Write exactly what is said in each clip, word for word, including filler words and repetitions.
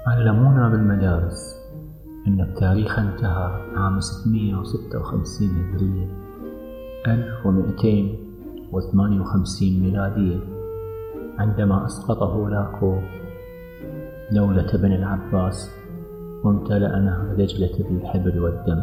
علمونا بالمدارس أن التاريخ انتهى عام ستمائة وستة وخمسين هجرية ألف ومئتين وثمانية وخمسين ميلادية، عندما أسقط هولاكو دولة بني العباس وامتلأ نهر دجلة بالحبر والدم.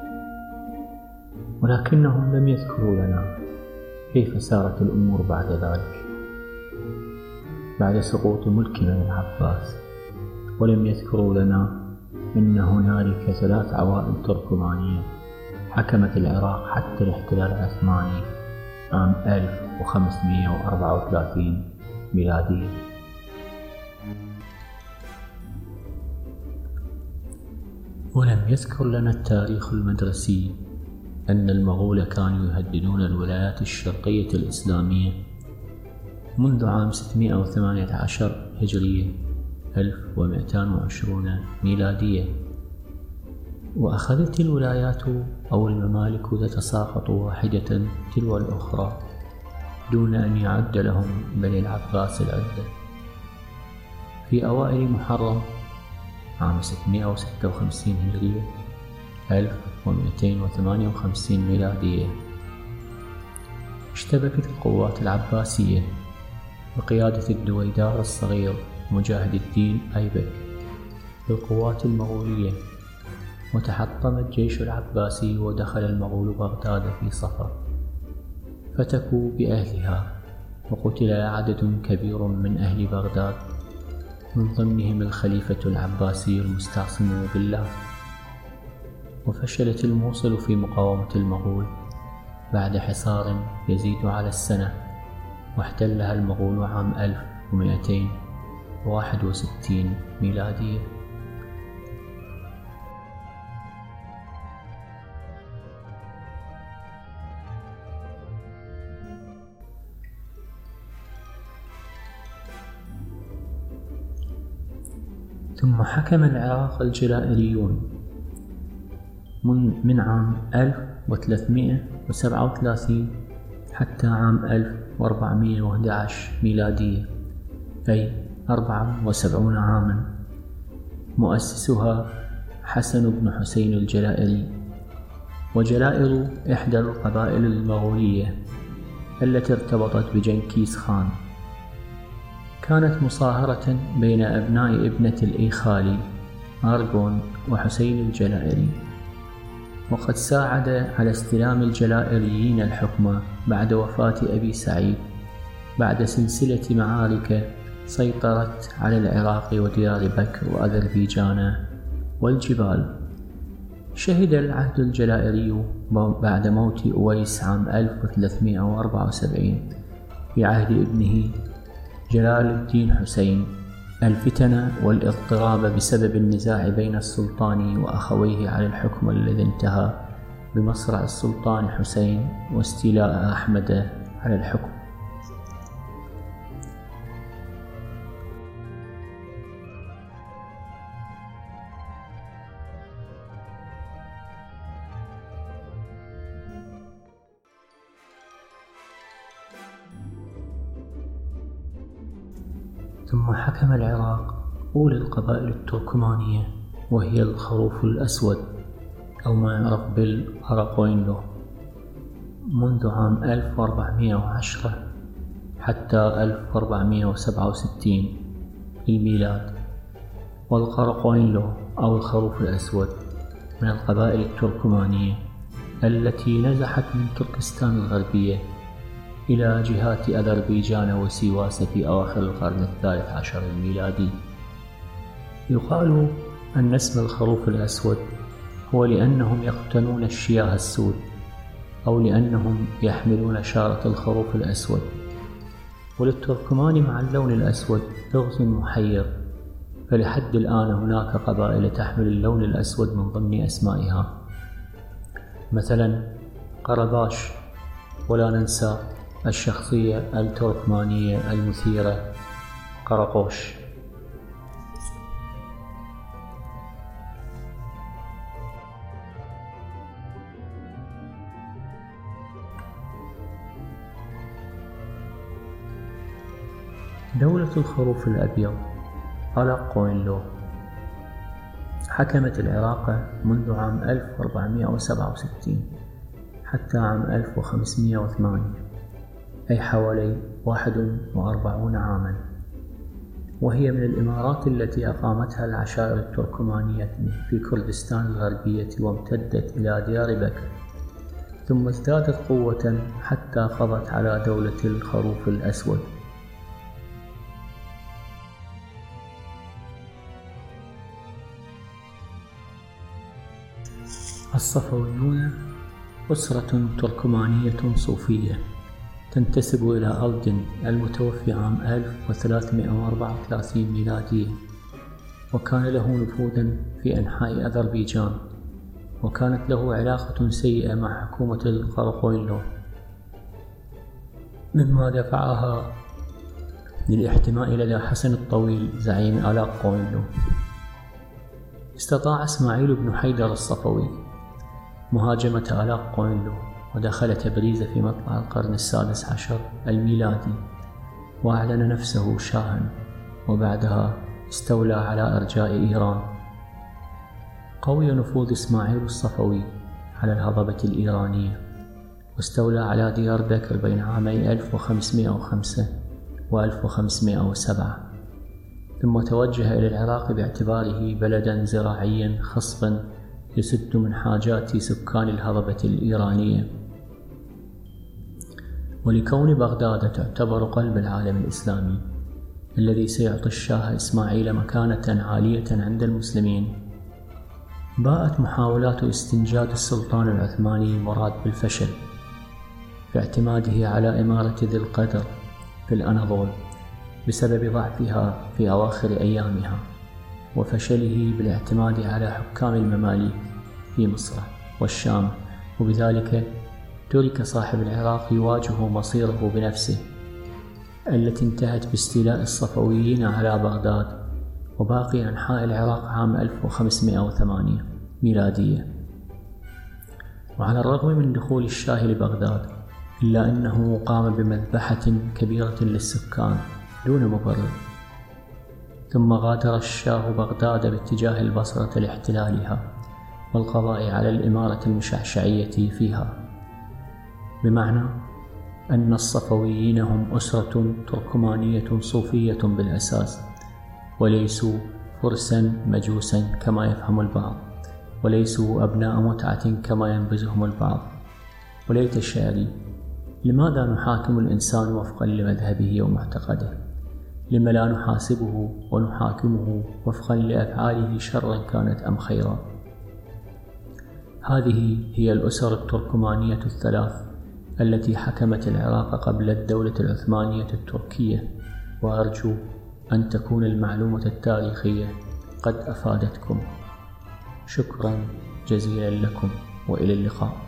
ولكنهم لم يذكروا لنا كيف سارت الأمور بعد ذلك، بعد سقوط ملك بني العباس. ولم يذكروا لنا أن هنالك ثلاث عوائل تركمانية حكمت العراق حتى الاحتلال العثماني عام ألف وخمسمائة وأربعة وثلاثين ميلادية. ولم يذكر لنا التاريخ المدرسي أن المغول كانوا يهددون الولايات الشرقية الإسلامية منذ عام ستمائة وثمانية عشر هجرية ألف ومئتين وعشرين ميلادية، وأخذت الولايات أو الممالك تتساقط واحدة تلو الأخرى دون أن يعد لهم بني العباس العدة. في أوائل محرم عام ستمائة وستة وخمسين هجرية ألف ومئتين وثمانية وخمسين ميلادية اشتبكت القوات العباسية بقيادة الدويدار الصغير مجاهد الدين أيبك بالقوات المغولية، وتحطم الجيش العباسي ودخل المغول بغداد في صفر، فتكوا بأهلها وقتل عدد كبير من أهل بغداد من ضمنهم الخليفة العباسي المستعصم بالله. وفشلت الموصل في مقاومة المغول بعد حصار يزيد على السنة، واحتلها المغول عام ألف ومئتين وواحد وستين ميلادية. ثم حكم العراق الجلائريون من عام ألف وثلاثمائة وسبعة وثلاثين حتى عام ألف وأربعمائة وأحد عشر ميلادية، أي أربعة وسبعين عاما. مؤسسها حسن بن حسين الجلائري. وجلائر إحدى القبائل المغولية التي ارتبطت بجنكيز خان، كانت مصاهرة بين أبناء ابنة الإيخالي أرغون وحسين الجلائري، وقد ساعد على استلام الجلائريين الحكم بعد وفاة أبي سعيد بعد سلسلة معارك سيطرت على العراق وديار بكر وأذربيجان والجبال. شهد العهد الجلائري بعد موت أويس عام ألف وثلاثمائة وأربعة وسبعين في عهد ابنه جلال الدين حسين الفتن والاضطراب بسبب النزاع بين السلطان وأخويه على الحكم الذي انتهى بمصرع السلطان حسين واستيلاء أحمد على الحكم. ثم حكم العراق أولى القبائل التركمانية، وهي الخروف الأسود أو ما يعرف بالأراقوينلو، منذ عام ألف وأربعمائة وعشرة حتى ألف وأربعمائة وسبعة وستين للميلاد. والقراقوينلو أو الخروف الأسود من القبائل التركمانية التي نزحت من تركستان الغربية إلى جهات أذربيجان وسيواس في أواخر القرن الثالث عشر الميلادي. يقال أن اسم الخروف الأسود هو لأنهم يقتنون الشياه السود، أو لأنهم يحملون شارة الخروف الأسود. وللتركمان مع اللون الأسود لغز محير، فلحد الآن هناك قبائل تحمل اللون الأسود من ضمن أسمائها، مثلا قرباش. ولا ننسى الشخصية التركمانية المثيرة قراقوش. دولة الخروف الأبيض أراقوينلو حكمت العراق منذ عام ألف وأربعمائة وسبعة وستين حتى عام ألف وخمسمائة وثمانية، أي حوالي واحد وأربعين عاما، وهي من الإمارات التي أقامتها العشائر التركمانية في كردستان الغربية وامتدت إلى ديار بكر، ثم ازدادت قوة حتى قضت على دولة الخروف الأسود. الصفويون أسرة تركمانية صوفية تنتسب إلى ألدن المتوفي عام ألف وثلاثمائة وأربعة وثلاثين ميلادية، وكان له نفوذا في أنحاء أذربيجان، وكانت له علاقة سيئة مع حكومة القرقوينلو، مما دفعها للاحتماء لدى حسن الطويل زعيم آلاق قوينلو. استطاع إسماعيل بن حيدر الصفوي مهاجمة آلاق قوينلو ودخل تبريز في مطلع القرن السادس عشر الميلادي، وأعلن نفسه شاها، وبعدها استولى على أرجاء إيران. قوي نفوذ إسماعيل الصفوي على الهضبة الإيرانية، واستولى على ديار بكر بين عامي ألف وخمسمائة وخمسة و ألف وخمسمائة وسبعة، ثم توجه إلى العراق باعتباره بلدا زراعيا خصبا يسد من حاجات سكان الهضبة الإيرانية. ولكون بغداد تعتبر قلب العالم الإسلامي الذي سيعطي الشاه إسماعيل مكانة عالية عند المسلمين، باءت محاولات استنجاد السلطان العثماني مراد بالفشل في اعتماده على إمارة ذي القدر في الأناضول بسبب ضعفها في أواخر أيامها، وفشله بالاعتماد على حكام المماليك في مصر والشام، وبذلك ترك صاحب العراق يواجه مصيره بنفسه، التي انتهت باستيلاء الصفويين على بغداد وباقي أنحاء العراق عام ألف وخمسمائة وثمانية ميلادية. وعلى الرغم من دخول الشاه لبغداد، إلا أنه قام بمذبحة كبيرة للسكان دون مبرر، ثم غادر الشاه بغداد باتجاه البصرة لاحتلالها والقضاء على الإمارة المشعشعية فيها، بمعنى أن الصفويين هم أسرة تركمانية صوفية بالأساس، وليسوا فرسا مجوسا كما يفهم البعض، وليسوا أبناء متعة كما ينبزهم البعض. وليت الشعري، لماذا نحاكم الإنسان وفقا لمذهبه ومعتقده؟ لم لا نحاسبه ونحاكمه وفقا لأفعاله شرا كانت أم خيرا؟ هذه هي الأسر التركمانية الثلاث التي حكمت العراق قبل الدولة العثمانية التركية، وأرجو أن تكون المعلومة التاريخية قد أفادتكم. شكرا جزيلا لكم، وإلى اللقاء.